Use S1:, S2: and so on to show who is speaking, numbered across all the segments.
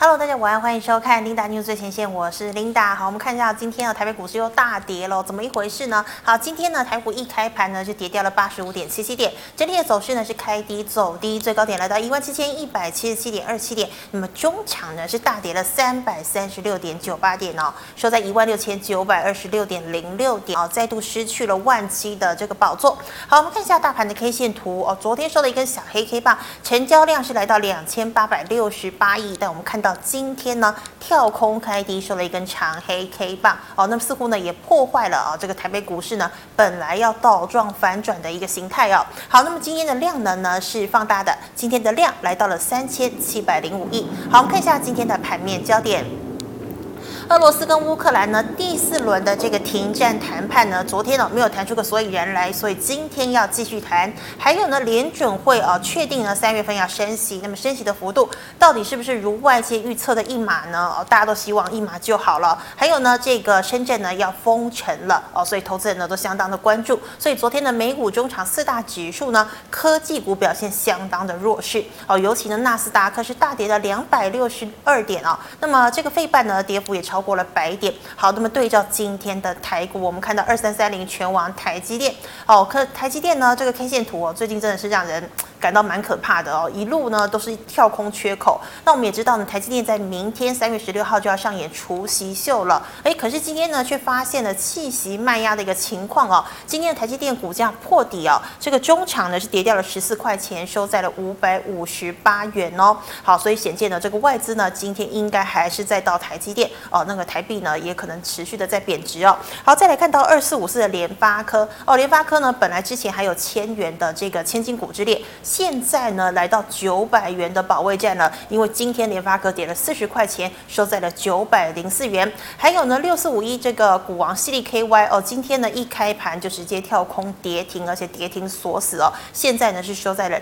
S1: Hello， 大家晚安，欢迎收看 Linda News 最前线，我是 Linda。好，我们看一下今天台北股市又大跌了，怎么一回事呢？好，今天台股一开盘就跌掉了85.77点，整体的走势是开低走低，最高点来到17177.27点，那么中场是大跌了336.98点收在16926.06点再度失去了万七的这个宝座。好，我们看一下大盘的 K 线图昨天收了一根小黑 K 棒，成交量是来到2868亿，但我们看到今天跳空开低收了一根长黑 K 棒那么似乎也破坏了这个台北股市本来要倒撞反转的一个形态好，那么今天的量能呢是放大的，今天的量来到了3705亿。好，我们看一下今天的盘面焦点。俄罗斯跟乌克兰第4轮的这个停战谈判昨天没有谈出个所以然来，所以今天要继续谈。还有联准会确定3月份要升息，那么升息的幅度到底是不是如外界预测的一码呢？大家都希望一码就好了。还有这个深圳要封城了所以投资人都相当的关注。所以昨天的美股中场4大指数科技股表现相当的弱势尤其纳斯达克是大跌了262点那么这个费半跌幅也超过了100点。好，那么对照今天的台股，我们看到2330全网台积电台积电这个 K 线图最近真的是让人感到蛮可怕的一路都是跳空缺口。那我们也知道台积电在明天3月16号就要上演除息秀了，可是今天却发现了弃息卖压的一个情况今天的台积电股价破底这个中场是跌掉了14块钱，收在了558元好，所以显见这个外资今天应该还是在到台积电那个台币也可能持续的在贬值好，再来看到2454的联发科联发科本来之前还有1000元的这个千金股之列，现在来到900元的保卫战了，因为今天联发科跌了40块钱，收在了904元。还有6451这个股王矽力 KY 今天一开盘就直接跳空跌停，而且跌停锁死现在是收在了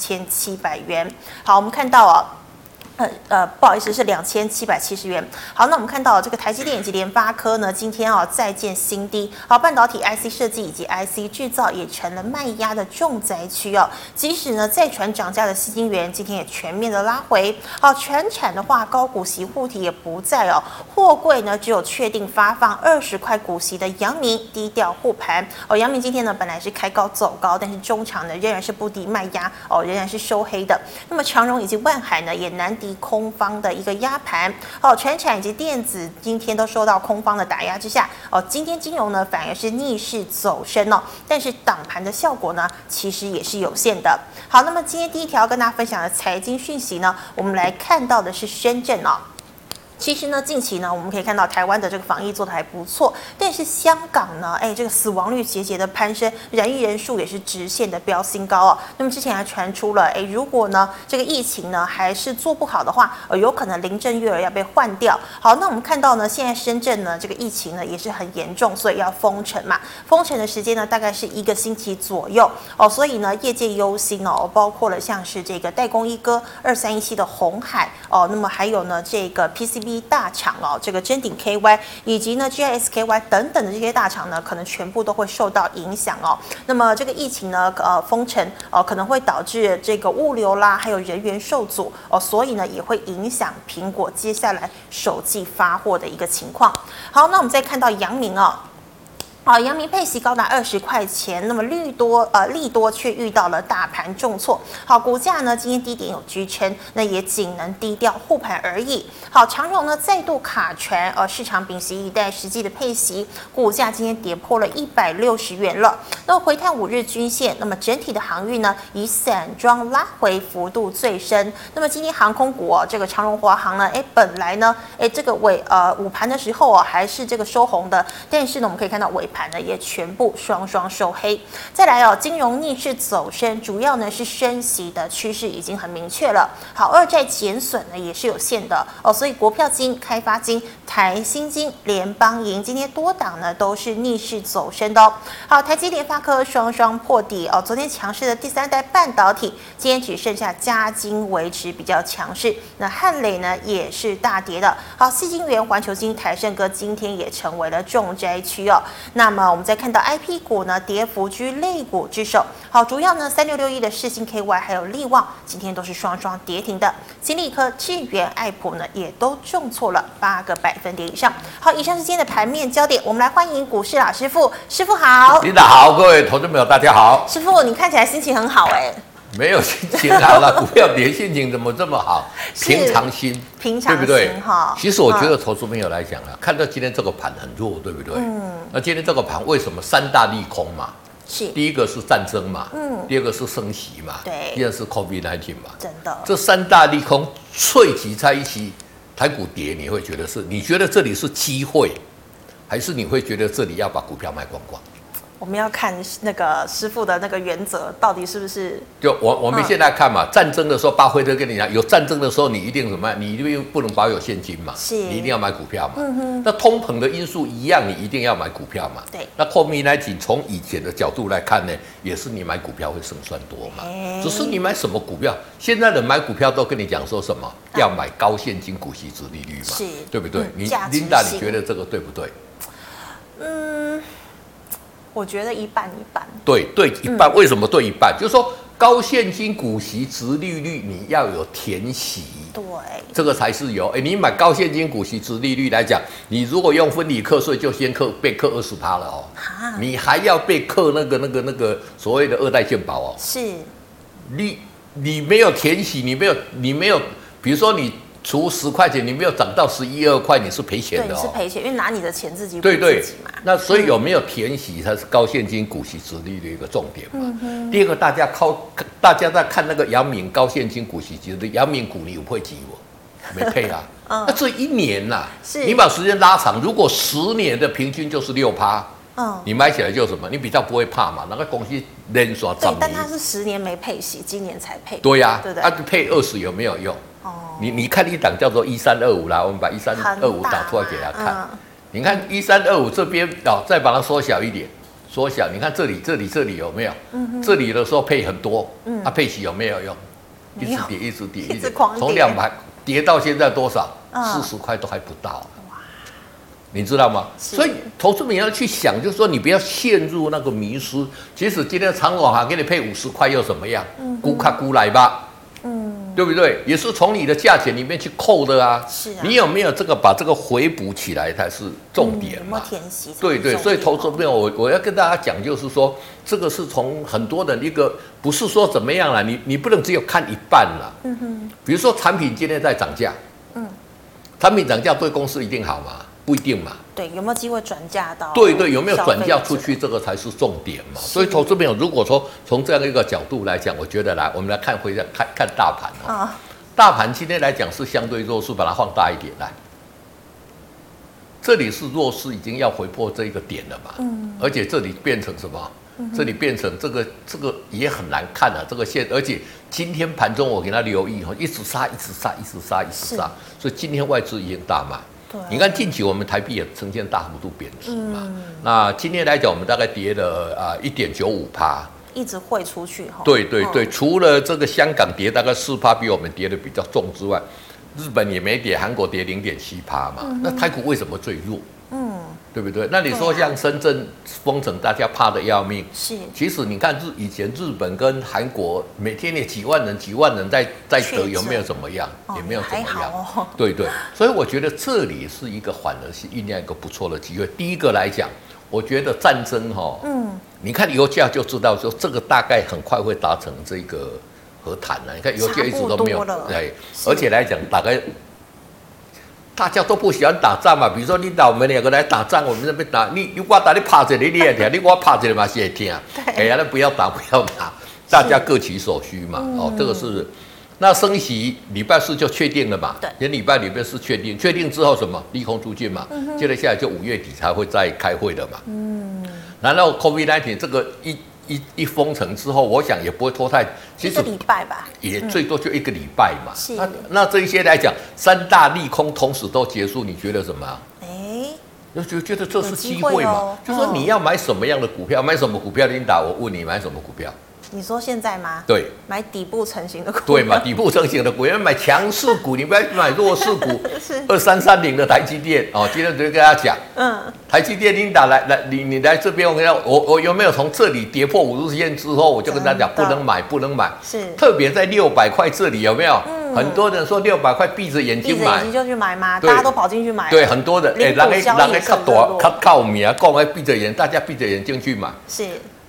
S1: 2700元。好，我们看到不好意思，是2770元。好，那我们看到这个台积电以及联发科今天再见新低。好，半导体 IC 设计以及 IC 制造也成了卖压的重灾区即使再传涨价的矽晶圆，今天也全面的拉回。好，传产的话，高股息护体也不在货柜只有确定发放20块股息的阳明低调护盘阳明今天本来是开高走高，但是中场仍然是不敌卖压仍然是收黑的。那么长荣以及万海也难敌空方的一个压盘传产以及电子今天都受到空方的打压之下今天金融反而是逆势走升但是挡盘的效果其实也是有限的。好，那么今天第一条跟大家分享的财经讯息我们来看到的是深圳其实近期我们可以看到台湾的这个防疫做得还不错，但是香港这个死亡率节节的攀升，染疫人数也是直线的飙新高那么之前还传出了如果这个疫情还是做不好的话有可能林郑月娥要被换掉。好，那我们看到现在深圳这个疫情也是很严重，所以要封城嘛，封城的时间大概是1个星期左右所以业界忧心包括了像是这个代工一哥2317的鸿海那么还有这个 PCB大厂这个臻鼎 KY 以及GISKY 等等的这些大厂可能全部都会受到影响那么这个疫情封城可能会导致这个物流啦，还有人员受阻所以也会影响苹果接下来首季发货的一个情况。好，那我们再看到阳明好，阳明配息高达20块钱，那么利多却遇到了大盘重挫。好，股价今天低点有支撑，那也仅能低调护盘而已。好，长荣再度卡船，市场屏息以待实际的配息，股价今天跌破了160元了。那么回探5日均线，那么整体的航运以散装拉回幅度最深。那么今天航空股这个长荣华航本来这个午盘的时候还是这个收红的，但是我们可以看到尾盘也全部双收黑。再来金融逆势走升，主要是升息的趋势已经很明确了。好，二债减损也是有限的所以国票金、开发金、台新金、联邦银今天多档都是逆势走升的好，台积、联发科双破底昨天强势的第3代半导体，今天只剩下嘉晶维持比较强势。那汉磊也是大跌的。好，矽晶圆、环球晶、台盛科今天也成为了重灾区那那么我们再看到 IP 股呢，跌幅居类股之首。好，主要呢3661的世芯 KY 还有力旺，今天都是双双跌停的。金利科、智源、爱普呢，也都重挫了8个百分点以上。好，以上是今天的盘面焦点，我们来欢迎股市老师傅，师傅好。
S2: 领导好，各位投资朋友大家好。
S1: 师傅，你看起来心情很好哎。
S2: 没有心情好了，股票跌心情怎么这么好？平常心，
S1: 平常心，
S2: 对不对？其实我觉得
S1: 嗯
S2: 投资朋友来讲啊，看到今天这个盘很弱，对不对？那今天这个盘为什么三大利空嘛？
S1: 是
S2: 第一个是战争嘛，第二个是升息嘛，
S1: 对
S2: 第二是 COVID-19 嘛，
S1: 真的，
S2: 这三大利空汇集在一起，台股跌，你会觉得是？你觉得这里是机会，还是你会觉得这里要把股票卖光光？
S1: 我们要看那个师傅的那个原则到底是不是？
S2: 就我们现在看嘛，战争的时候，巴菲特跟你讲，有战争的时候，你一定怎么样？你一定不能保有现金嘛，
S1: 是
S2: 你一定要买股票嘛。那通膨的因素一样，你一定要买股票嘛。
S1: 对。
S2: 那COVID-19从以前的角度来看呢，也是你买股票会胜算多嘛。只是你买什么股票？现在人买股票都跟你讲说什么？要买高现金股息殖利率嘛，
S1: 是，
S2: 对不对？
S1: Linda，
S2: 你觉得这个对不对？
S1: 我觉得一半一半。
S2: 对一半，为什么对一半？就是说高现金股息殖利率你要有填息，
S1: 对，
S2: 这个才是有。你买高现金股息殖利率来讲，你如果用分离课税，就先被课20%了哦，你还要被课那个所谓的二代健保哦。
S1: 是，
S2: 你没有填息，你没有，比如说你除10块钱，你没有涨到11、2块，你是赔钱的哦。
S1: 对，是赔钱，因为拿你的钱自己
S2: 对
S1: 自己嘛。
S2: 那所以有没有填息才是高现金股息殖利率的一个重点嘛。第二个，大家在看那个阳明高现金股息殖利率，阳明股你有配几我？没配啊。那这1年呐，你把时间拉长，如果10年的平均就是6%。你买起来就什么？你比较不会怕嘛？那个公司连续涨。
S1: 对，但它是10年没配息，今年才配。
S2: 对呀，
S1: 对不对？
S2: 它配20有没有用？你看一档叫做1325啦，我们把1325打出来给他看。你看1325这边再把它缩小一点，缩小。你看这里有没有？这里的时候配很多，配息有没有用？一直跌，一直跌，
S1: 一直狂跌，
S2: 从200跌到现在多少？40块都还不到。你知道吗？所以投资人要去想，就是说你不要陷入那个迷失。即使今天长荣行给你配50块又怎么样？估卡估来吧，对不对？也是从你的价钱里面去扣的啊。
S1: 是啊。
S2: 你有没有把这个回补起来才是重点嘛？
S1: 有没有填息？
S2: 对，所以投资人我要跟大家讲，就是说这个是从很多的一个不是说怎么样啦，你不能只有看一半啦。比如说产品今天在涨价，产品涨价对公司一定好吗？不一定嘛，
S1: 对，有没有机会转嫁到？
S2: 对，有没有转嫁出去，这个才是重点嘛。所以投资朋友，如果说从这样一个角度来讲，我觉得我们来看看大盘哦。大盘今天来讲是相对弱势，把它放大一点来。这里是弱势，已经要回破这一个点了嘛。而且这里变成什么？这里变成这个也很难看啊，这个线，而且今天盘中我给他留意一直杀，所以今天外资已经大卖。你看近期我们台币也呈现大幅度贬值嘛，那今天来讲我们大概跌了1.95%，
S1: 一直汇出去哈。
S2: 对，除了这个香港跌大概4%，比我们跌的比较重之外，日本也没跌，韩国跌0.7%嘛，那台股为什么最弱？对不对？那你说像深圳封城，大家怕的要命。
S1: 是。
S2: 其实你看以前日本跟韩国每天也几万人在得，有没有怎么样？也没有怎么样。对，所以我觉得这里是一个反而是酝酿一个不错的机会。第一个来讲，我觉得战争你看油价就知道说这个大概很快会达成这个和谈了。你看油价一直都没有，对，而且来讲大家都不喜欢打仗嘛，比如说你我们2个来打仗，我们那边打，你我打你拍着你也听，你我拍着你嘛是会听。那不要打，大家各取所需嘛。这个是。那升息礼拜4就确定了嘛？
S1: 对。
S2: 连礼拜4确定之后什么利空出尽嘛？接着下来就5月底才会再开会的嘛。然后 COVID-19 这个一封城之后，我想也不会拖太，
S1: 其实1个礼拜吧，
S2: 也最多就1个礼拜嘛。那这一些来讲，三大利空同时都结束，你觉得什么？觉得这是机会嘛？就说你要买什么样的股票，买什么股票，琳达，我问你买什么股票？
S1: 你说现在吗？
S2: 对，
S1: 买底部成型的股。
S2: 对嘛，底部成型的股，要买强势股，你不要买弱势股。
S1: 是
S2: 2330的台积电哦，今天就跟大家讲，台积电你打来，你来这边，我跟他，我有没有从这里跌破5日线之后，我就跟他讲不能买，不能买。
S1: 是，
S2: 特别在600块这里有没有？很多人说600块闭着眼睛买，闭着
S1: 眼睛就去买吗？大家都跑进去买。
S2: 对，很多人人靠名啊，讲闭着眼，大家闭着眼睛去买。
S1: 是。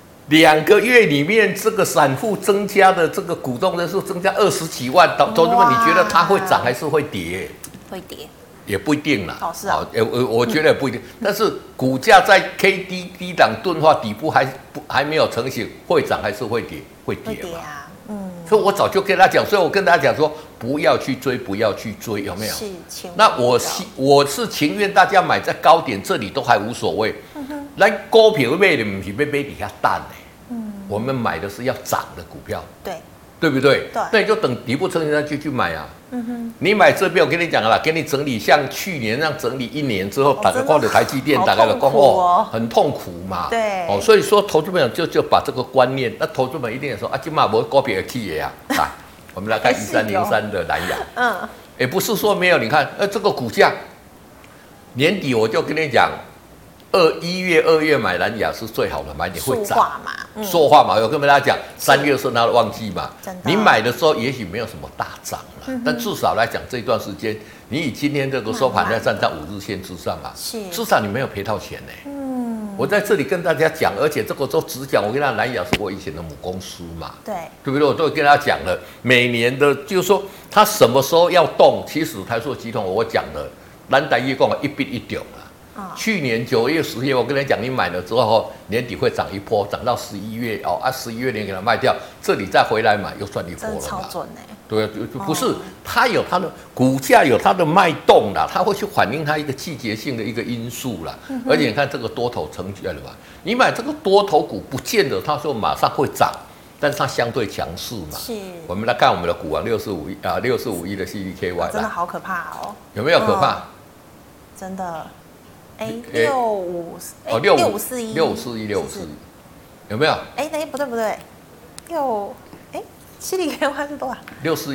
S2: 2个月里面，这个散户增加的这个股东人数增加20几万，同志们，你觉得它会涨还是会跌？
S1: 会跌，
S2: 也不一定啦。
S1: 哦，是啊。
S2: 我觉得也不一定，但是股价在 K D 低档钝化底部还没有成型，会涨还是会跌？会跌嘛。所以我早就跟他讲，所以我跟大家讲说，不要去追，不要去追，有没有？
S1: 是，
S2: 那我是情愿大家买在高点，这里都还无所谓。来股票买的不是要买底下淡的，我们买的是要涨的股票，对不对？
S1: 对，
S2: 那你就等底部成型再去买啊。你买这边，我跟你讲了，给你整理，像去年那样整理1年之后，打开光的台积电，打开了光哦，很痛苦嘛。
S1: 对，
S2: 哦，所以说投资朋友就把这个观念，那投资朋友一定也说啊，今嘛我股票企业啊，来，我们来看1303的蓝亚，也不是说没有，你看，这个股价年底我就跟你讲。1月、2月买蓝亚是最好的买点，会涨嘛？说话嘛，我跟大家讲，3月是它的旺季嘛。你买的时候也许没有什么大涨了，但至少来讲这段时间，你以今天这个收盘价站在5日线之上嘛，至少你没有赔到钱呢。我在这里跟大家讲，而且这个都只讲，我跟他蓝亚是我以前的母公司嘛，对不对？我都跟他讲了，每年的，就是说他什么时候要动，其实台塑集团我讲的，蓝台业讲一笔一丢了。去年9月、10月，我跟你讲，你买了之后，年底会涨一波，涨到11月哦，11月你给它卖掉，这里再回来买，又赚一波了嘛。超准哎！对，不是，它有它的股价有它的脉动啦，它会去反映它一个季节性的一个因素啦。而且你看这个多头成绩了吧？你买这个多头股，不见得它说马上会涨，但是它相对强势嘛。是。我们来看我们的股王6451的 CDKY，
S1: 真的好可怕哦！
S2: 有没有可怕？
S1: 真的。6541，
S2: 有没有？
S1: 不对，CDKY是多少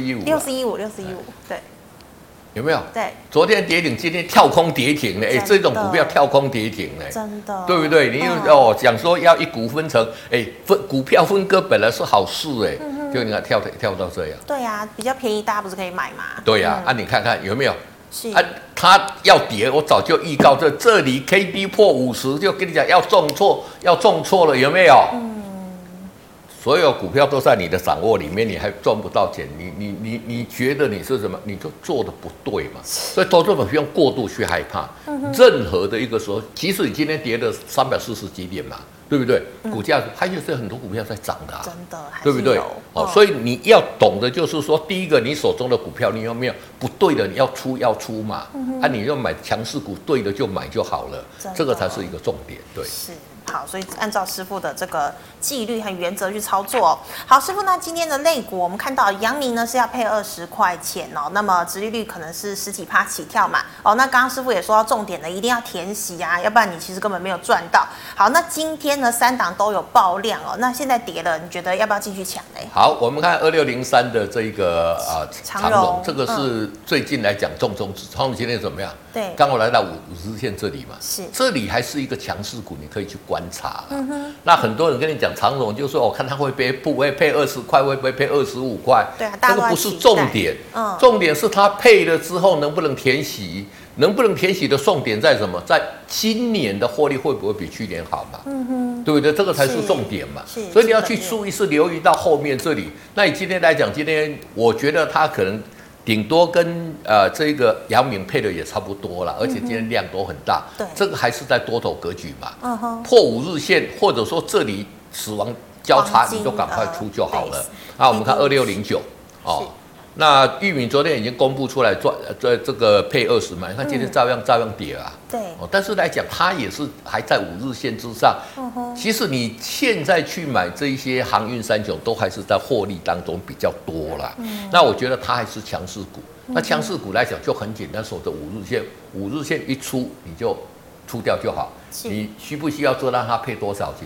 S1: ？6415，对，
S2: 有没有？
S1: 对，
S2: 昨天跌停，今天跳空跌停呢。这种股票跳空跌停呢，
S1: 真的，
S2: 对不对？你讲说要一股分成，股票分割本来是好事就你看跳到这样。
S1: 对呀，比较便宜，大家不是可以买吗？
S2: 对呀，你看看有没有？它要跌，我早就预告这里 K D 破50，就跟你讲要重挫了，有没有？所有股票都在你的掌握里面，你还赚不到钱，你觉得你是什么？你就做的不对嘛。所以投资者不用过度去害怕，任何的一个时候，即使你今天跌了340几点嘛。对不对？股价还是很多股票在涨的
S1: 真的，
S2: 对不对？所以你要懂的就是说，第一个，你手中的股票你有没有不对的，你要出嘛。你要买强势股，对的就买就好了，这个才是一个重点。对，
S1: 是好，所以按照师傅的这个纪律和原则去操作。好，师傅，那今天的类股我们看到阳明呢是要配20块钱哦，那么殖利率可能是10几%起跳嘛。那刚刚师傅也说到重点的，一定要填息啊，要不然你其实根本没有赚到。好，那今天呢3档都有爆量哦，那现在跌了，你觉得要不要继续抢呢？
S2: 好，我们看2603的这个长荣，这个是最近来讲重中之重，今天怎么样？
S1: 对，
S2: 刚好来到5日线这里嘛，
S1: 是，
S2: 这里还是一个强势股，你可以去观察。那很多人跟你讲长荣，就说我看它会配20块，会不会配25块？
S1: 对啊，
S2: 这个不是重点，重点是它配了之后能不能填息。能不能填息的重点在什么？在今年的获利会不会比去年好嘛？对不对？这个才是重点嘛。所以你要去注意，是留意到后面这里。那你今天来讲，今天我觉得它可能顶多跟这个阳明配的也差不多了，而且今天量都很大。
S1: 对，
S2: 这个还是在多头格局嘛。破5日线，或者说这里死亡交叉，你就赶快出就好了。我们看2609那裕民昨天已经公布出来这个配20嘛，你看今天照样跌啊。
S1: 对。
S2: 但是来讲，它也是还在5日线之上。其实你现在去买这一些航运三雄，都还是在获利当中比较多啦。那我觉得它还是强势股。那强势股来讲就很简单，守着5日线，5日线一出你就出掉就好。你需不需要做让它配多少钱？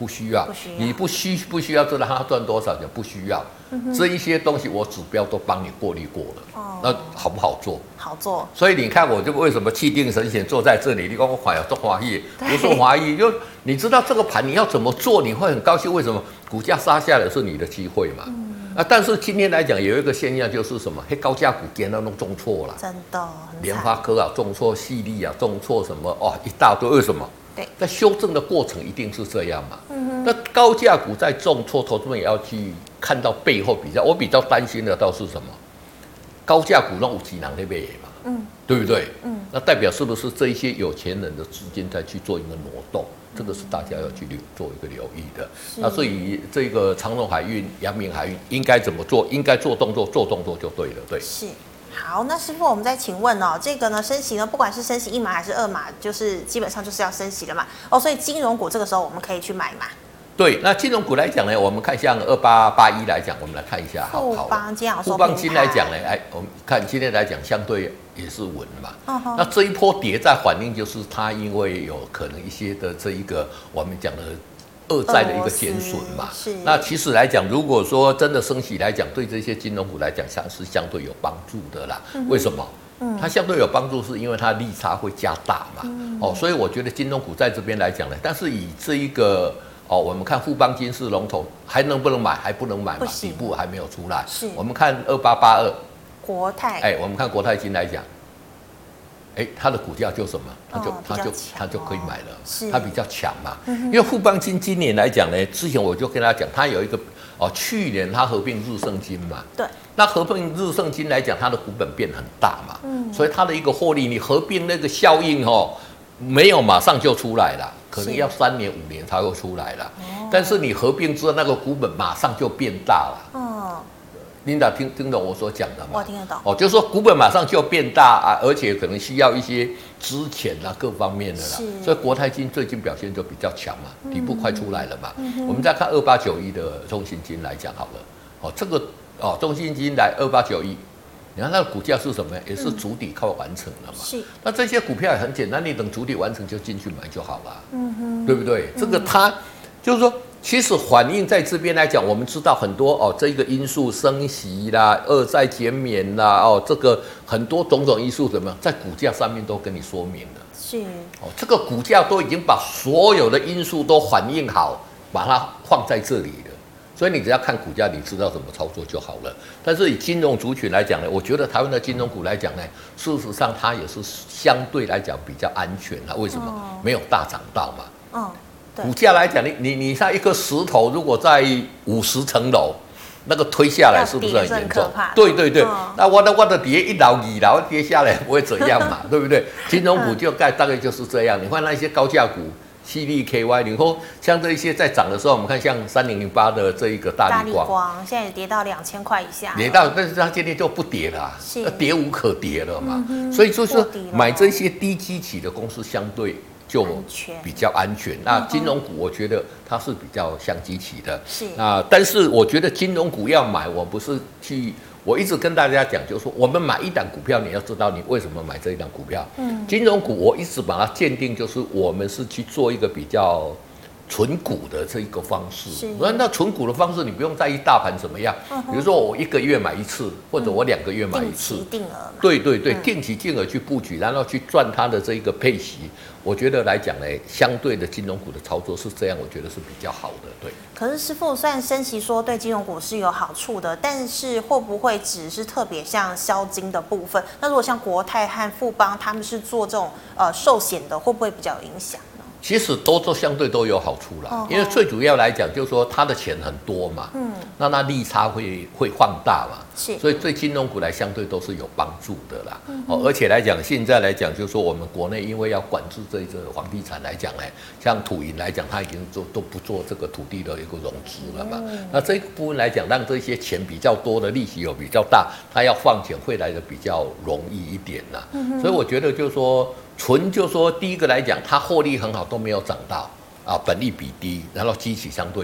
S2: 不需要，你不需要知道他赚多少钱，不需要。这一些东西我指标都帮你过滤过了，那好不好做？
S1: 好做。
S2: 所以你看，我就为什么气定神闲坐在这里？你跟我怀有做华裔，不是华裔，就你知道这个盘你要怎么做，你会很高兴。为什么？股价杀下来是你的机会嘛。但是今天来讲有一个现象就是什么？高价股今天都重挫了，
S1: 真的。
S2: 联发科啊重挫，细粒啊重挫，什么一大堆，为什么？
S1: 对，
S2: 在修正的过程一定是这样嘛。那高价股在重挫，投资们也要去看到背后比较。我比较担心的倒是什么？高价股让有钱人在买嘛，对不对？那代表是不是这一些有钱人的资金再去做一个挪动？这个是大家要去做一个留意的。那所以这个长荣海运、阳明海运应该怎么做？应该做动作就对了。对，
S1: 是。好，那师傅，我们再请问哦，这个呢升息呢，不管是升息1码还是2码，就是基本上就是要升息了嘛。所以金融股这个时候我们可以去买嘛。
S2: 对，那金融股来讲呢，我们看像2881来讲，我们来看一下，
S1: 富邦今天
S2: 富邦金来讲呢，我们看今天来讲相对也是稳嘛。那这一波跌在反映就是它因为有可能一些的这一个我们讲的二债的一个减损嘛。那其实来讲，如果说真的升息来讲，对这些金融股来讲是相对有帮助的啦。为什么？它相对有帮助，是因为它利差会加大嘛。所以我觉得金融股在这边来讲呢，但是以这一个我们看富邦金是龙头，还能不能买？还不能买嘛，底部还没有出来。我们看2882
S1: 国泰，
S2: 我们看国泰金来讲，它的股价就什么？它就可以买了，它比较强嘛。因为富邦金今年来讲呢，之前我就跟他讲，它有一个去年它合并日盛金嘛，
S1: 对，
S2: 那合并日盛金来讲，它的股本变很大嘛，所以它的一个获利，你合并那个效应没有马上就出来了，可能要3年5年才会出来了。但是你合并之后，那个股本马上就变大了。Linda 听懂我所讲的吗？
S1: 我听得懂。
S2: 就是说股本马上就变大而且可能需要一些资钱各方面的啦。所以国泰金最近表现就比较强嘛，底部快出来了嘛。我们再看2891的中信金来讲好了。这个中信金来2891。你看它的股价是什么？也是主底快完成了嘛。那这些股票也很简单，你等主底完成就进去买就好了。对不对？这个它就是说，其实反映在这边来讲，我们知道很多这个因素升息啦、二债减免啦，这个很多种种因素怎么样，在股价上面都跟你说明了。这个股价都已经把所有的因素都反映好，把它放在这里了。所以你只要看股价，你知道怎么操作就好了。但是以金融族群来讲呢，我觉得台湾的金融股来讲呢，事实上它也是相对来讲比较安全的。为什么？没有大涨到嘛。股价来讲，你像一颗石头，如果在50层楼，那个推下来是不是很严重？对对对。那我的跌1楼2楼跌下来不会怎样嘛，对不对？金融股就大概就是这样。你看那些高价股。CDKY， 你说像这一些在涨的时候，我们看像3008的这一个大立光，
S1: 现在也跌到2000块以下，
S2: 但是它今天就不跌了，跌无可跌了嘛。所以就是买这些低基期的公司相对就比较安全。那金融股我觉得它是比较像基期的，但是我觉得金融股要买，我不是去。我一直跟大家讲，就是说，我们买一档股票，你要知道你为什么买这一档股票。金融股我一直把它鉴定，就是我们是去做一个比较存股的这一个方式。那存股的方式，你不用在意大盘怎么样。比如说我1个月买一次，或者我2个月买一次，
S1: 定期定额。
S2: 对对对，定期定额去布局，然后去赚它的这一个配息。我觉得来讲呢，相对的金融股的操作是这样，我觉得是比较好的。对。
S1: 可是师傅，虽然升息说对金融股是有好处的，但是会不会只是特别像销金的部分？那如果像国泰和富邦他们是做这种寿险的，会不会比较有影响呢？
S2: 其实都相对都有好处啦，因为最主要来讲就是说他的钱很多嘛，那利差会放大嘛，所以对金融股来相对都是有帮助的啦。而且来讲，现在来讲就是说我们国内因为要管制这个房地产来讲呢，像土银来讲，它已经都不做这个土地的一个融资了嘛。那这一部分来讲，让这些钱比较多的利息有比较大，它要放钱会来的比较容易一点啦。所以我觉得就是说。就说第一个来讲，它获利很好，都没有涨到本益比低，然后基期相对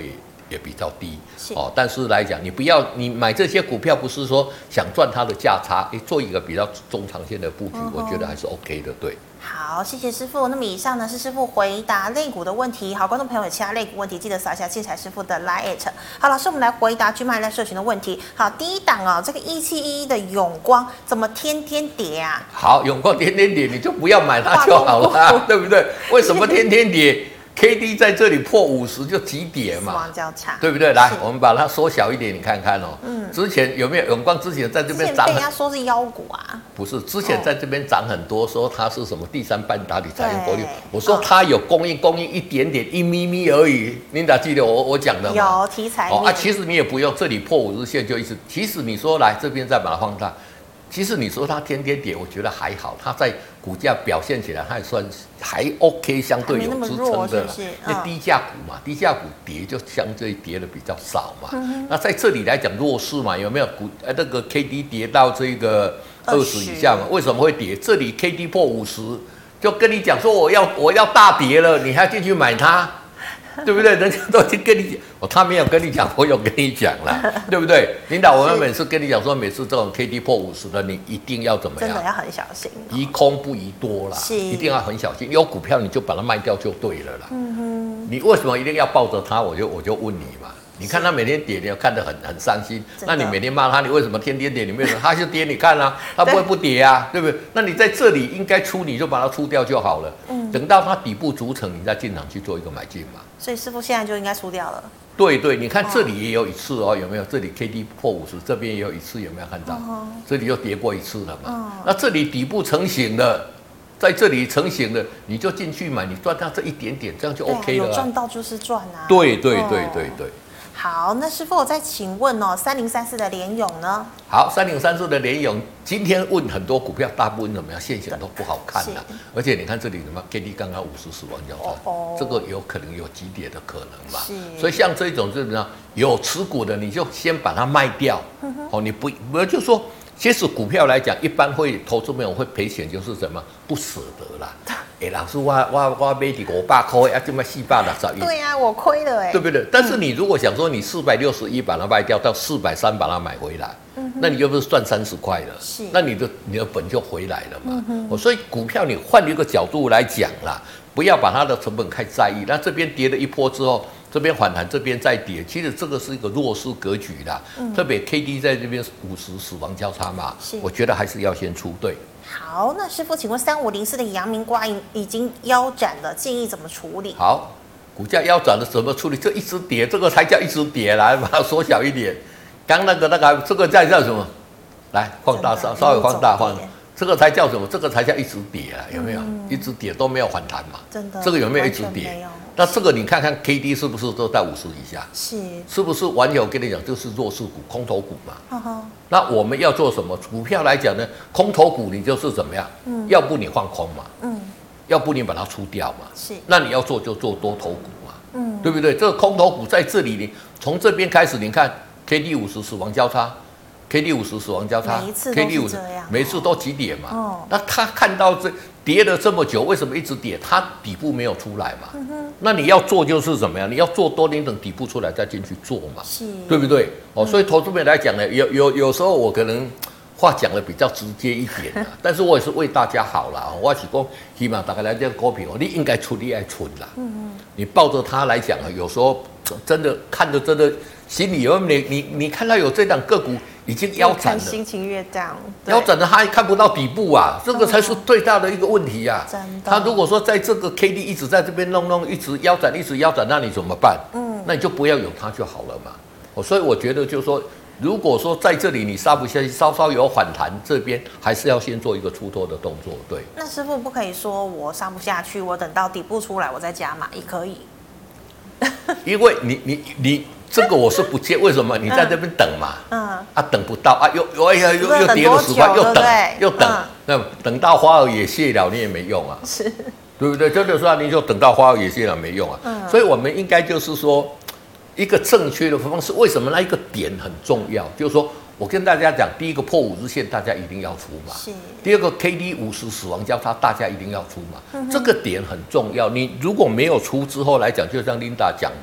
S2: 也比较低
S1: 是
S2: 哦。但是来讲，你买这些股票，不是说想赚它的价差，做一个比较中长线的布局，我觉得还是 OK 的，对。
S1: 好，谢谢师傅。那么以上呢是师傅回答类股的问题。好，观众朋友有其他类股问题，记得扫一下建材师傅的 Line。好，老师，我们来回答GMoney Line社群的问题。好，第一档哦，这个1711的永光怎么天天跌啊？
S2: 好，永光天天跌，你就不要买它就好了，对不对？为什么天天跌？KD 在这里破50就急跌嘛，
S1: 死亡交叉，
S2: 对不对？来，我们把它缩小一点，你看看哦。之前有没有永光？之前在这边涨，
S1: 被人家说是妖股啊？
S2: 不是，之前在这边涨很多，说它是什么第三半导体采用国力。我说它有供应一点点1咪咪而已。琳达记得我讲的吗？
S1: 有题材面
S2: 其实你也不用这里破50线就一直。其实你说来这边再把它放大。其实你说它天天跌，我觉得还好，它在股价表现起来，它也算还 OK， 相对有支撑的啦。因为低价股嘛，低价股跌就相对跌的比较少嘛。那在这里来讲弱势嘛，有没有那个 KD 跌到这个20以下嘛？为什么会跌？这里 KD 破50，就跟你讲说我要大跌了，你还进去买它？对不对？人家都已经跟你讲，他没有跟你讲，我有跟你讲了，对不对？领导，我们每次跟你讲说，每次这种 KD 破50的，你一定要怎么样？
S1: 真的要很小心，
S2: 宜空不宜多啦，一定要很小心。有股票你就把它卖掉就对了啦。你为什么一定要抱着它？我就问你嘛。你看它每天跌，你要看得很伤心。那你每天骂它，你为什么天天跌？你没有，它就跌，你看啊，它不会不跌啊，对不对？那你在这里应该出，你就把它出掉就好了。等到它底部组成，你再进场去做一个买进嘛。
S1: 所以师傅现在就应该出掉了。
S2: 对，你看这里也有一次哦，有没有？这里 KD 破50，这边也有一次，有没有看到？这里又跌过一次了嘛。那这里底部成型了。在这里成型了，你就进去买，你赚到这一点点，这样就 OK 了。
S1: 有赚到就是赚啊。
S2: 对。
S1: 好，那师傅我再请问哦，3034的联咏呢？
S2: 好，3034的联咏，今天问很多股票，大部分怎么样？现象都不好看啦。而且你看这里什么 KD 刚刚50死亡交叉，这个有可能有急跌的可能嘛？所以像这种就是呢，有持股的你就先把它卖掉。你不要就说。其实股票来讲，一般会投资朋友会赔钱，就是什么不舍得啦。老师，我买的500块，这么461。
S1: 对呀，我亏了
S2: 对不对？但是你如果想说你461把它卖掉，到430把它买回来，那你又不是赚30块了？
S1: 是，
S2: 那你的本就回来了嘛。所以股票你换一个角度来讲啦，不要把它的成本太在意。那这边跌了一波之后。这边反弹，这边再跌，其实这个是一个弱势格局啦。特别 KD 在这边50死亡交叉嘛，我觉得还是要先出对。
S1: 好，那师傅，请问3504的阳明光已经腰斩了，建议怎么处理？
S2: 好，股价腰斩了怎么处理？这一直跌，这个才叫一直跌，来把它缩小一点。刚那个这个叫什么？来放大稍微放大。这个才叫什么？这个才叫一直跌啊，有没有？一直跌都没有反弹嘛？
S1: 真的，
S2: 这个有没有一直跌？那这个你看看 KD 是不是都在50以下？是不是完全我跟你讲，就是弱势股、空头股嘛？那我们要做什么？股票来讲呢，空头股你就是怎么样？要不你放空嘛？要不你把它出掉嘛？那你要做就做多头股嘛？对不对？这个空头股在这里，你从这边开始，你看 KD 50死亡交叉。KD 50死亡交叉，KD 50每一次都急跌嘛。那他看到这跌了这么久，为什么一直跌？它底部没有出来嘛。那你要做就是怎么样？你要做多，你等底部出来再进去做嘛，对不对？所以投资面来讲呢，有时候我可能话讲的比较直接一点但是我也是为大家好啦。我是说，希望大家来这个股票，你应该出，你爱存啦。你抱着它来讲啊，有时候真的看着真的心里有你看到有这档个股。已经腰斩了，
S1: 心情越 down，
S2: 腰斩了，他还看不到底部啊，这个才是最大的一个问题啊。他如果说在这个 KD 一直在这边弄，一直腰斩，那你怎么办？那你就不要有它就好了嘛。所以我觉得就是说，如果说在这里你杀不下去，稍稍有反弹，这边还是要先做一个出脱的动作。对。
S1: 那师傅不可以说我杀不下去，我等到底部出来我再加码也可以。
S2: 因为你。这个我是不接，为什么？你在这边等嘛，等不到啊，又跌了10块，又等，那等到花儿也谢了，你也没用啊，对不对？这就说你就等到花儿也谢了没用啊，所以我们应该就是说一个正确的方式。为什么那一个点很重要？就是说我跟大家讲，第一个破50日线，大家一定要出嘛。第二个 KD 50死亡交叉，大家一定要出嘛。这个点很重要。你如果没有出之后来讲，就像 Linda 讲的。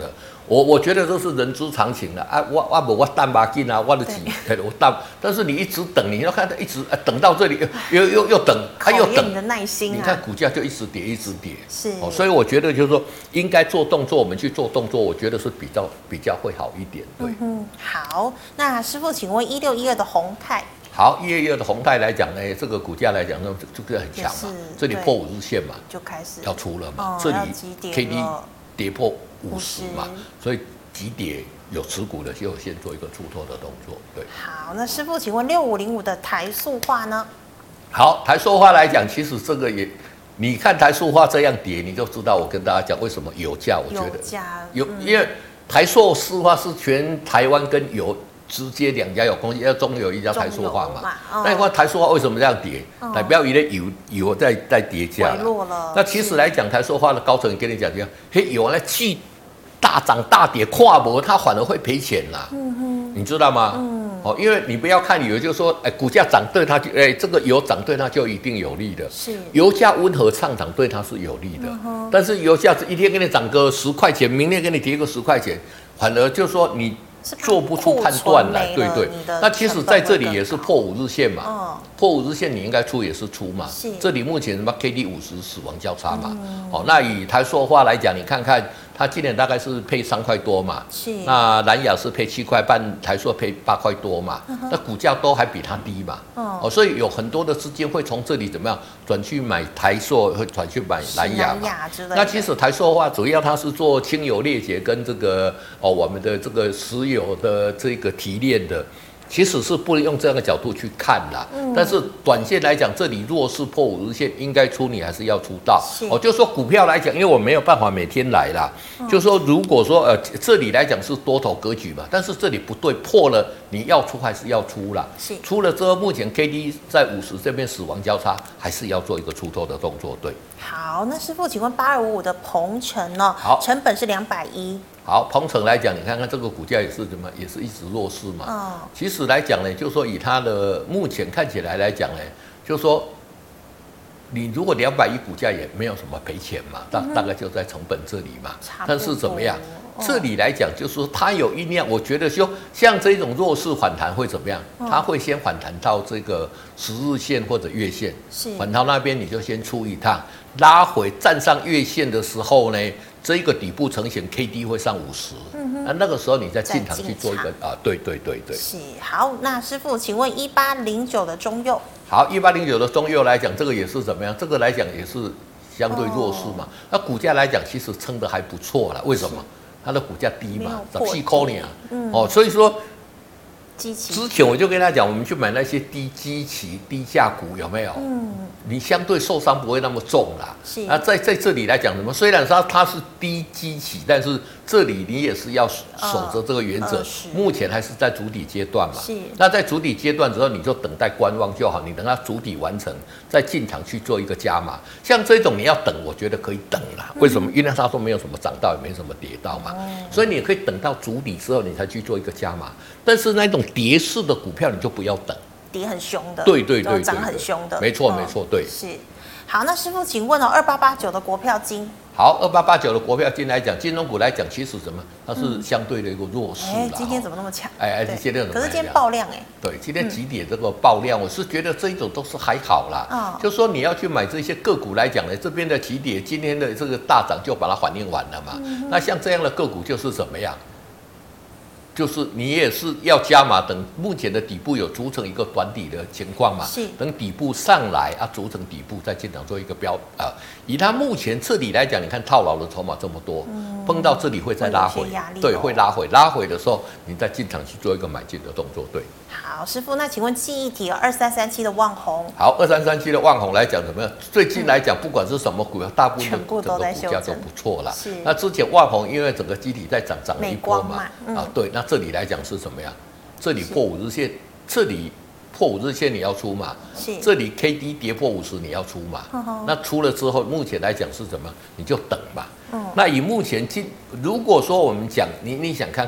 S2: 我觉得这是人之常情了啊！我淡巴金啊，我的几我淡，但是你一直等，你要看它一直等到这里又等，
S1: 考
S2: 又等
S1: 验你的耐心啊。
S2: 你看股价就一直跌一直跌，
S1: 是
S2: 所以我觉得就是说应该做动作，我们去做动作，我觉得是比较会好一点。对，
S1: 好，那师傅，请问1612的宏泰。
S2: 好，122的宏泰来讲呢，这个股价来讲呢，这个很强嘛，这里破5日线嘛，
S1: 就开始
S2: 要出了嘛，这里 K D 跌破50嘛，所以急跌有持股的就先做一个出脱的动作。对，
S1: 好，那师傅，请问6505的台塑化呢？
S2: 好，台塑化来讲，其实这个也，你看台塑化这样跌，你就知道我跟大家讲为什么油价，我觉得因为台塑化是全台湾跟油直接2家有关系，要中油一家台塑化嘛。那你看台塑化为什么这样跌？代表一类油在跌价了。那其实来讲，台塑化的高层跟你讲，嘿，油呢既大涨大跌跨博，它反而会赔钱啦。你知道吗？因为你不要看油，就是说，股价涨对它就，这个油涨对它就一定有利的。
S1: 是，
S2: 油价温和上涨对它是有利的。但是油价一天给你涨个10块钱，明天给你跌个10块钱，反而就是说你做不出判断来，对对。那其实在这里也是破5日线嘛，破5日线你应该出也是出嘛。这里目前什么 KD50死亡交叉嘛，那以台塑化来讲，你看看。它今年大概是配3块多嘛，那南亚是配7块半，台塑配8块多嘛，那股价都还比它低嘛，所以有很多的资金会从这里怎么样转去买台塑，会转去买南亚嘛。那其实台塑的话，主要它是做轻油裂解跟这个我们的这个石油的这个提炼的。其实是不能用这样的角度去看啦，但是短线来讲，这里弱势破5日线，应该出你还是要出到。就是说股票来讲，因为我没有办法每天来啦，就是说如果说这里来讲是多头格局嘛，但是这里不对，破了你要出还是要出啦。出了之后，目前 KD 在50这边死亡交叉，还是要做一个出脱的动作。对。
S1: 好，那师傅，请问8255的鹏程呢？好，成本是210。
S2: 好，鹏程来讲，你看看这个股价也是怎么，也是一直弱势嘛。其实来讲呢，就是说以它的目前看起来来讲呢，就是说你如果210股价也没有什么赔钱嘛，大概就在成本这里嘛。但是怎么样？这里来讲，就是说它有酝酿，我觉得说像这种弱势反弹会怎么样？它会先反弹到这个10日线或者月线，反弹那边你就先出一趟，拉回站上月线的时候呢，这一个底部成型 KD 会上50，那个时候你再进场去做一个对。
S1: 是，好，那师傅，请问1809的中佑。
S2: 好，1809的中佑来讲，这个也是怎么样？这个来讲也是相对弱势嘛。那股价来讲，其实撑得还不错啦。为什么？它的股价低嘛，14块呢，所以说，之前我就跟他讲，我们去买那些低基期、低价股有没有？你相对受伤不会那么重啦。那在这里来讲，什么？虽然说它是低基期，但是这里你也是要守着这个原则。目前还是在筑底阶段嘛。那在筑底阶段之后，你就等待观望就好。你等它筑底完成，再进场去做一个加码。像这种你要等，我觉得可以等啦。为什么？因为它说没有什么涨到，也没什么跌到嘛。所以你可以等到筑底之后，你才去做一个加码。但是那种跌势的股票，你就不要等。
S1: 跌很凶的，
S2: 对，
S1: 涨很凶的，
S2: 没错，对。
S1: 是，好，那师傅，请问2889的国票金。
S2: 好，2889的国票金来讲，金融股来讲，其实什么？它是相对的一个弱势啦。
S1: 今天怎么那么强？
S2: 今天
S1: 可是今天爆量
S2: 对，今天几点这个爆量，我是觉得这一种都是还好啦。就说你要去买这些个股来讲呢，这边的起点今天的这个大涨就把它反映完了嘛。那像这样的个股就是怎么样？就是你也是要加码，等目前的底部有组成一个短底的情况嘛，等底部上来组成底部再进场做一个以它目前这里来讲，你看套牢的筹码这么多，碰到这里会再拉回，对，会拉回的时候，你再进场去做一个买进的动作，对。
S1: 好，师傅，那请问记忆体2337的旺宏。
S2: 好，2337的旺宏来讲怎么样？最近来讲，不管是什么股票，大部分的整个股价都不错啦。那之前旺宏因为整个基体在涨了一波嘛，对，那这里来讲是怎么样？这里破5日线，这里破5日线你要出嘛？这里 KD 跌破50你要出嘛？那出了之后，目前来讲是怎么？你就等嘛。那以目前如果说我们讲，你想看看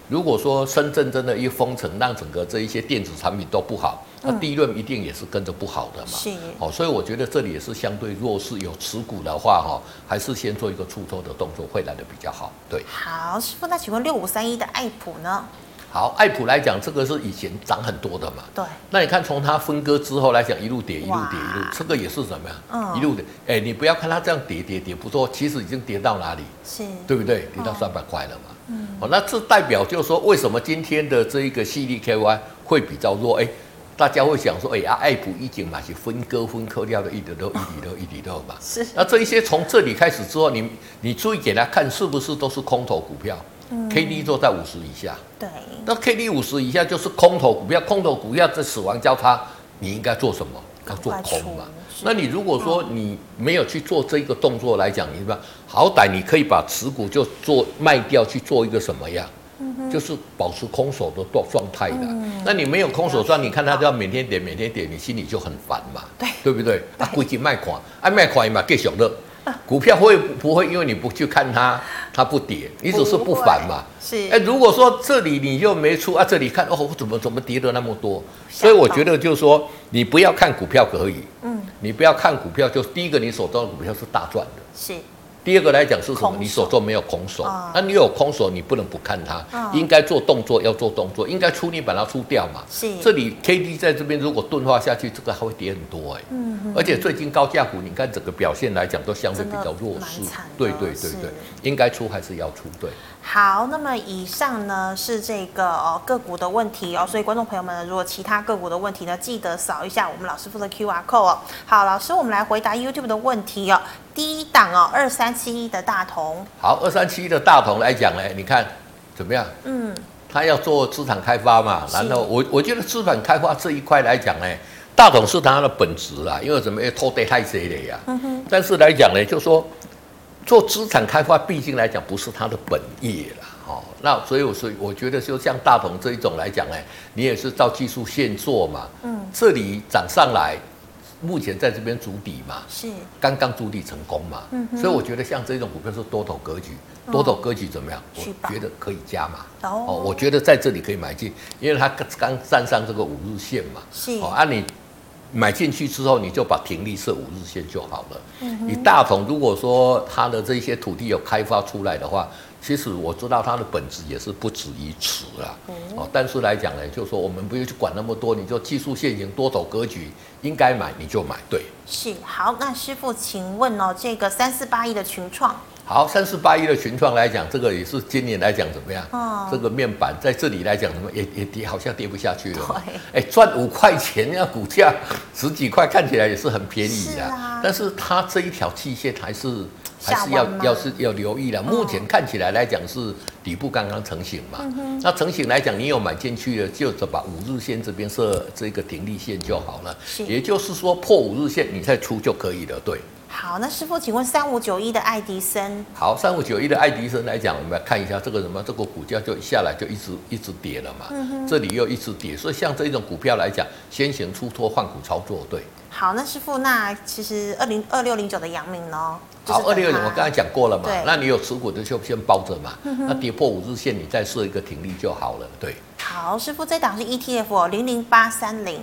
S2: 如果说深圳真的一封城，让整个这一些电子产品都不好，那利润一定也是跟着不好的嘛。
S1: 是，
S2: 所以我觉得这里也是相对弱势，有持股的话还是先做一个出脱的动作会来的比较好。对，
S1: 好，师傅，那请问6531的爱普呢？
S2: 好，爱普来讲，这个是以前涨很多的嘛。
S1: 对。
S2: 那你看从它分割之后来讲，一路跌，一路跌，一路，这个也是怎么样？一路跌。你不要看它这样跌不错，其实已经跌到哪里？是，对不对？跌到300块了嘛。那这代表就是说，为什么今天的这一个矽力 KY 会比较弱？大家会想说，爱普已经嘛是分割掉的一滴都嘛。是。那这一些从这里开始之后，你注意给他看，是不是都是空头股票？KD 都在50以下。对。那 KD 50以下就是空头股票，空头股票在死亡交叉，你应该做什么？要做空嘛。那你如果说你没有去做这个动作来讲，你吧，好歹你可以把持股就做卖掉，去做一个什么样？就是保持空手的状态的。那你没有空手状，你看它就要每天跌，你心里就很烦嘛，对不对？规矩卖款，卖款嘛，继续乐。股票会不会因为你不去看它不跌，你只是不烦嘛？是。如果说这里你又没出这里看我怎么跌了那么多？所以我觉得就是说，你不要看股票可以，你不要看股票，就第一个你手中的股票是大赚的，是。第二个来讲是什么？你手中没有空手，那你有空手，你不能不看它，应该做动作要做动作，应该出你把它出掉嘛。是。这里 KD 在这边如果钝化下去，这个还会跌很多而且最近高价股，你看整个表现来讲都相对比较弱势。对，应该出还是要出？对。
S1: 好，那么以上呢是这个个股的问题所以观众朋友们如果其他个股的问题呢，记得扫一下我们老师傅的 QR code 好，老师，我们来回答 YouTube 的问题第一档2371的大同。好
S2: ，2371的大同来讲呢，你看怎么样？他要做资产开发嘛，然后我觉得资产开发这一块来讲呢，大同是它的本质啦，因为怎么偷得太谁了呀？但是来讲呢，就说做资产开发，毕竟来讲不是它的本业啦。那所以我觉得就像大同这一种来讲呢，你也是照技术线做嘛。这里涨上来。目前在这边筑底嘛，是刚刚筑底成功嘛，所以我觉得像这种股票是多头格局，多头格局怎么样？我觉得可以加码我觉得在这里可以买进，因为它刚站上这个5日线嘛，是你买进去之后，你就把停利设5日线就好了。你大同如果说它的这些土地有开发出来的话，其实我知道它的本质也是不止于此啦。但是来讲呢，就是说我们不用去管那么多，你就技术线型多头格局，应该买你就买，对。
S1: 是。好，那师傅请问这个3481的群创。
S2: 好，3481的群创来讲，这个也是今年来讲怎么样？这个面板在这里来讲，怎么也跌，好像跌不下去了。赚5块钱，那股价10几块，看起来也是很便宜的。但是它这一条期线还是要留意了。目前看起来来讲是底部刚刚成型嘛。那成型来讲，你有买进去的，就把5日线这边设这个停利线就好了。也就是说破5日线你再出就可以了，对。
S1: 好，那师傅，请问3591的爱迪生。
S2: 好，3591的爱迪生来讲，我们来看一下这个什么，这个股价就下来就一直跌了嘛。这里又一直跌，所以像这种股票来讲，先行出脱换股操作，对。
S1: 好，那师傅，那其实2609的阳明呢？
S2: 好，2609我刚才讲过了嘛，那你有持股的就先包着嘛。那跌破5日线，你再设一个停利就好了，对。
S1: 好，师傅，这档是 ETF 00830。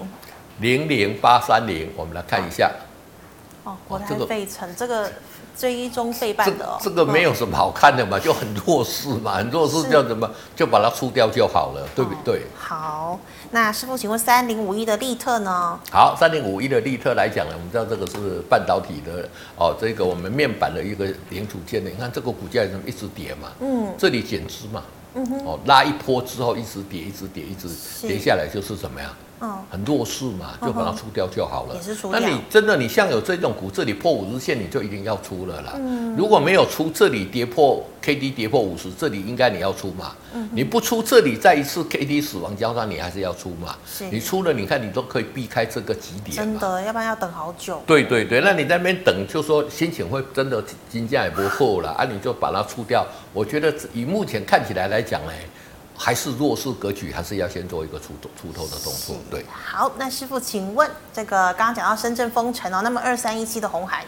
S2: 00830，我们来看一下。
S1: 国泰费城这个追踪费半的
S2: 这个没有什么好看的嘛，就很弱势嘛，很弱势叫什么？就把它出掉就好了，对不对？
S1: 好，那师傅，请问3051的利特呢？
S2: 好，3051的利特来讲呢，我们知道这个是半导体的这个我们面板的一个零组件的，你看这个股价一直跌嘛，这里减资嘛，拉一波之后一直跌，一直跌下来就是怎么样？很弱势嘛，就把它出掉就好了。那你真的，你像有这种股，这里破5日线，你就一定要出了啦。如果没有出，这里跌破 KD 跌破50，这里应该你要出嘛。你不出，这里再一次 KD 死亡交叉，你还是要出嘛。你出了，你看你都可以避开这个极点。
S1: 真的，要不然要等好久。
S2: 对，那你在那边等，就说心情会真的金价也不够了你就把它出掉。我觉得以目前看起来来讲呢。还是弱势格局，还是要先做一个出头的动作。对，
S1: 好，那师傅，请问这个刚刚讲到深圳封城那么2317的鸿海呢？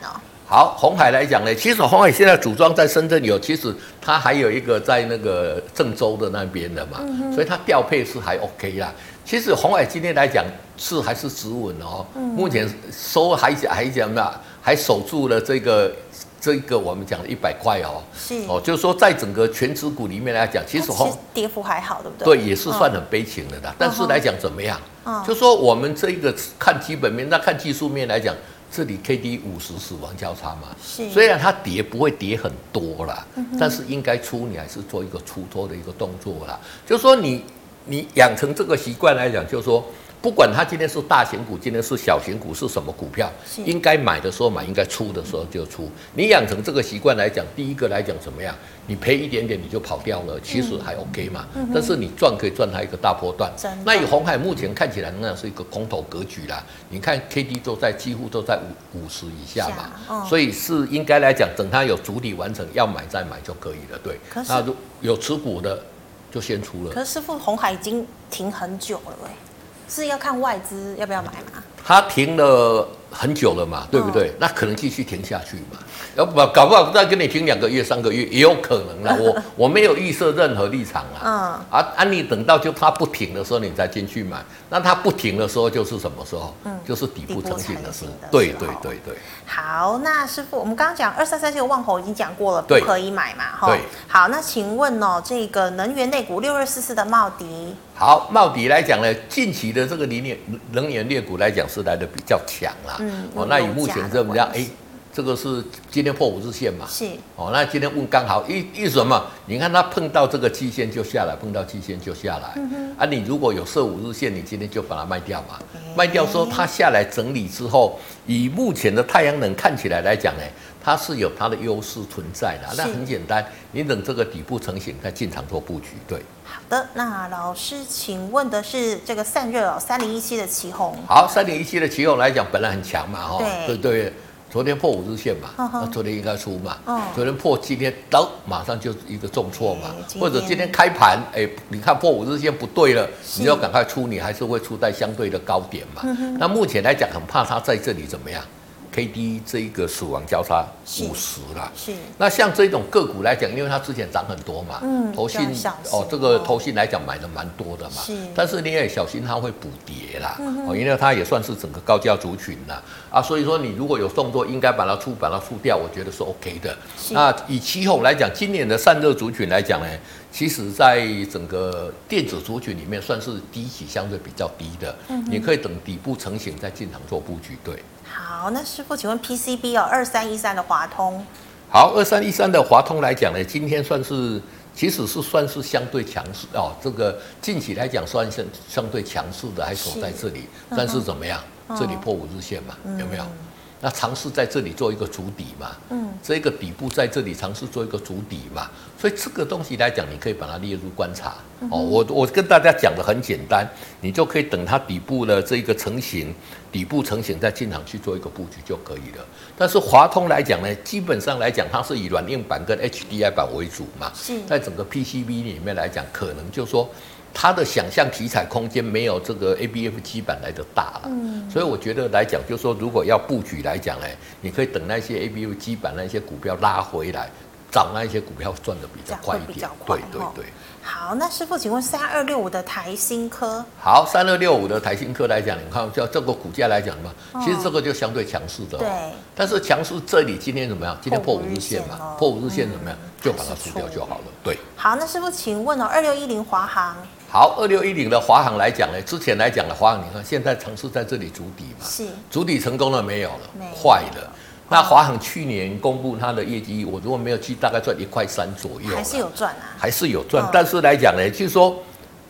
S2: 好，鸿海来讲呢，其实鸿海现在组装在深圳有，其实它还有一个在那个郑州的那边的嘛，所以它调配是还 OK 啦。其实鸿海今天来讲是还是止稳哦，目前收还讲嘛，还守住了这个我们讲的100块哦，
S1: 是
S2: 哦，就是说在整个全指股里面来讲，其实
S1: 跌幅还好，对不对？
S2: 对，也是算很悲情的啦。但是来讲怎么样？就是说我们这个看基本面，那看技术面来讲。这里 KD 50死亡交叉嘛，虽然它跌不会跌很多啦，但是应该出你还是做一个出脱的一个动作啦。就是说你养成这个习惯来讲，就是说不管它今天是大型股，今天是小型股，是什么股票，应该买的时候买，应该出的时候就出。你养成这个习惯来讲，第一个来讲怎么样？你赔一点点你就跑掉了，其实还 OK 嘛。但是你赚可以赚它一个大波段。那以鸿海目前看起来仍然是一个空头格局啦。你看 KD 几乎都在50以下嘛，所以是应该来讲，等它有主体完成，要买再买就可以了。对，那有持股的就先出了。
S1: 可是师傅，鸿海已经停很久了是要看外资要不要买吗？
S2: 它停了很久了嘛，对不对？那可能继续停下去嘛，要不搞不好再跟你停2个月、3个月也有可能啦。我没有预设任何立场啦。你等到就它不停的时候你再进去买，那它不停的时候就是什么时候？就是底部成型的时候。对。
S1: 好，那师傅，我们刚刚讲2337的旺宏已经讲过了，不可以买嘛，
S2: 对。
S1: 好，那请问这个能源类股6244的茂迪。
S2: 好，茂迪来讲呢，近期的这个能源类股来讲是来的比较强啦。那以目前这么样，这个是今天破5日线嘛？是。那今天问刚好意思什么？你看它碰到这个季线就下来，碰到季线就下来。你如果有设5日线，你今天就把它卖掉嘛。卖掉说它下来整理之后，以目前的太阳能看起来来讲呢，它是有它的优势存在的。那很简单，你等这个底部成型再进场做布局。对。
S1: 好的，那老师请问的是这个散热3017的奇鋐。
S2: 好，3017的奇鋐来讲本来很强嘛，对。昨天破5日线嘛，那昨天应该出嘛，昨天破，今天马上就一个重挫嘛，或者今天开盘，你看破5日线不对了，你要赶快出，你还是会出在相对的高点嘛。那目前来讲，很怕它在这里怎么样？KD 这一个死亡交叉50啦，是。那像这种个股来讲，因为它之前涨很多嘛，投信这个投信来讲买的蛮多的嘛，但是你也小心它会补跌啦，因为它也算是整个高价族群啦，所以说你如果有动作，应该把它出掉，我觉得是 OK 的。那以奇鋐来讲，今年的散热族群来讲呢，其实在整个电子族群里面算是低起相对比较低的，你可以等底部成型再进场做布局，对。
S1: 好，那师傅，请问 PCB2313的华通。
S2: 好，2313的华通来讲呢，今天其实算是相对强势这个近期来讲算是相对强势的，还守在这里，但是怎么样？这里破5日线嘛，有没有？那尝试在这里做一个筑底嘛，这个底部在这里尝试做一个筑底嘛，所以这个东西来讲，你可以把它列入观察。我跟大家讲的很简单，你就可以等它底部的这个成型，底部成型再进场去做一个布局就可以了。但是华通来讲呢，基本上来讲，它是以软硬板跟 HDI 板为主嘛，在整个 PCB 里面来讲，可能就是说它的想象题材空间没有这个 ABF 基板来的大了，所以我觉得来讲，就是说如果要布局来讲呢，你可以等那些 ABF 基板那些股票拉回来，找那一些股票赚的比较快一点。对。
S1: 好，那师傅，请问3265的台新科。
S2: 好，3265的台新科来讲，你看叫这个股价来讲嘛，其实这个就相对强势的。对。但是强势这里今天怎么样？今天破5日线嘛，破5日线怎么样？就把它出掉就好了。对。
S1: 好，那师傅，请问2610华航。
S2: 好，2610的华航来讲呢，之前来讲的华航，你看现在尝试在这里筑底嘛，筑底成功了没有了？坏了。那华航去年公布它的业绩，我如果没有记，大概赚1.3块左右，
S1: 还是有赚啊，
S2: 还是有赚。但是来讲呢，就是说，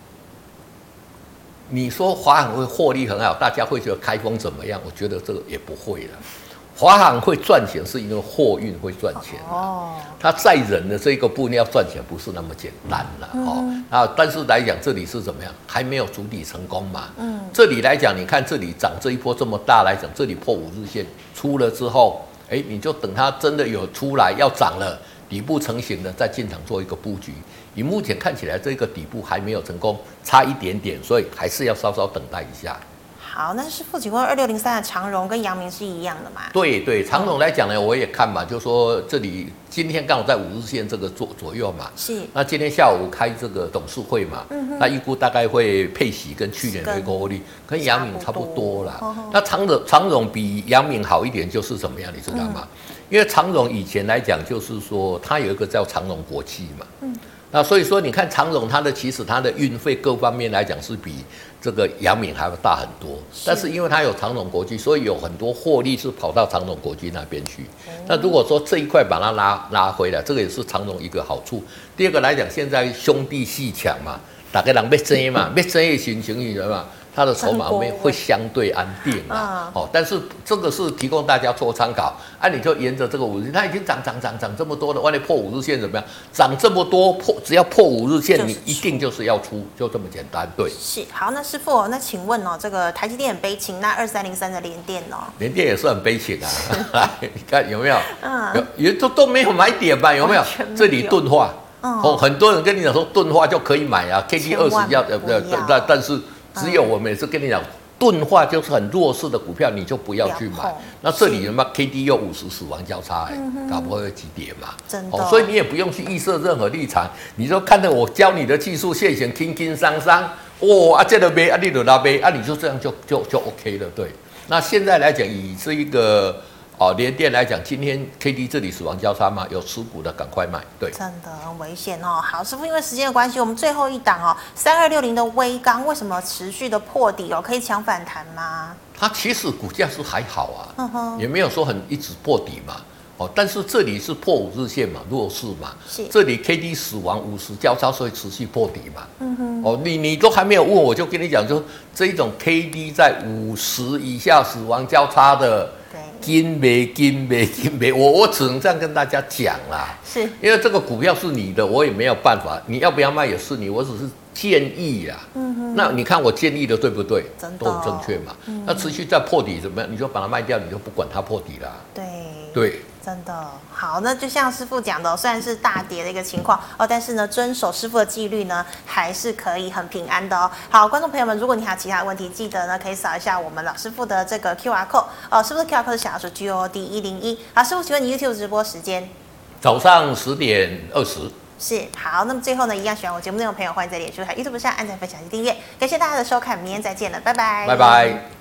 S2: 你说华航会获利很好，大家会觉得开封怎么样？我觉得这个也不会了。华航会赚钱，是因为货运会赚钱。它载人的这个部分要赚钱，不是那么简单了。但是来讲，这里是怎么样？还没有筑底成功嘛。这里来讲，你看这里涨这一波这么大来讲，这里破5日线出了之后，你就等它真的有出来要涨了，底部成型的，再进场做一个布局。以目前看起来，这个底部还没有成功，差一点点，所以还是要稍稍等待一下。
S1: 好，那师傅，请问2603的长荣跟阳明是一样的吗？
S2: 对对，长荣来讲呢，我也看嘛，就说这里今天刚好在5日线这个左右嘛。
S1: 是。
S2: 那今天下午开这个董事会嘛，那预估大概会配息跟去年的一个获利跟阳明差不多啦。那长荣比阳明好一点就是怎么样，你知道吗？因为长荣以前来讲就是说它有一个叫长荣国际嘛。那所以说，你看长荣其实它的运费各方面来讲是比这个阳明还要大很多，但是因为它有长荣国际，所以有很多获利是跑到长荣国际那边去。那如果说这一块把它拉回来，这个也是长荣一个好处。第二个来讲，现在兄弟阋强嘛，大家人要争嘛，要争的情形嘛。它的筹码会相对安定啊，但是这个是提供大家做参考，你就沿着这个5日，它已经涨这么多了，万一破5日线怎么样？涨这么多只要破5日线，你一定就是要出，就这么简单。对，
S1: 是好，那师傅，那请问这个台积电很悲情，那2303的联电呢？
S2: 联电也是很悲情啊，你看有没有？也都没有买点吧？有没有？这里钝化，很多人跟你讲说钝化就可以买啊 ，KD 20要但是。只有我每次跟你讲，钝化就是很弱势的股票，你就不要去买。那这里嘛 ，KD 又50死亡交叉，搞不好会急跌嘛。
S1: 真的，
S2: 所以你也不用去预设任何立场，你就看着我教你的技术线型，轻轻桑桑，这个买你就拉买你就这样就 OK 了。对，那现在来讲，以这一个。联电来讲，今天 KD 这里死亡交叉嘛，有持股的赶快卖。对，
S1: 真的很危险哦。好，师傅，因为时间的关系，我们最后一档3260的威刚为什么持续的破底可以抢反弹吗？
S2: 它其实股价是还好啊，也没有说一直破底嘛。但是这里是破5日线嘛，弱势嘛，这里 KD 死亡50交叉，所以持续破底嘛。你都还没有问，我就跟你讲，就这一种 KD 在50以下死亡交叉的。金没，我只能这样跟大家讲啦，
S1: 是
S2: 因为这个股票是你的，我也没有办法，你要不要卖也是你，我只是建议啦。那你看我建议的对不对？都很正确嘛。那持续在破底怎么样？你就把它卖掉，你就不管它破底啦。对。真
S1: 的好，那就像师傅讲的，虽然是大跌的一个情况但是呢，遵守师傅的纪律呢，还是可以很平安的好，观众朋友们，如果你还有其他的问题，记得呢可以扫一下我们老师傅的这个 QR code 师傅的 QR code 是小老鼠 GOD101。好，师傅，请问你 YouTube 直播时间？
S2: 早上10:20。
S1: 是好，那么最后呢，一样喜欢我节目内容的朋友，欢迎在脸书还有 YouTube 上按赞、分享及订阅。感谢大家的收看，明天再见了，拜拜，
S2: 拜拜。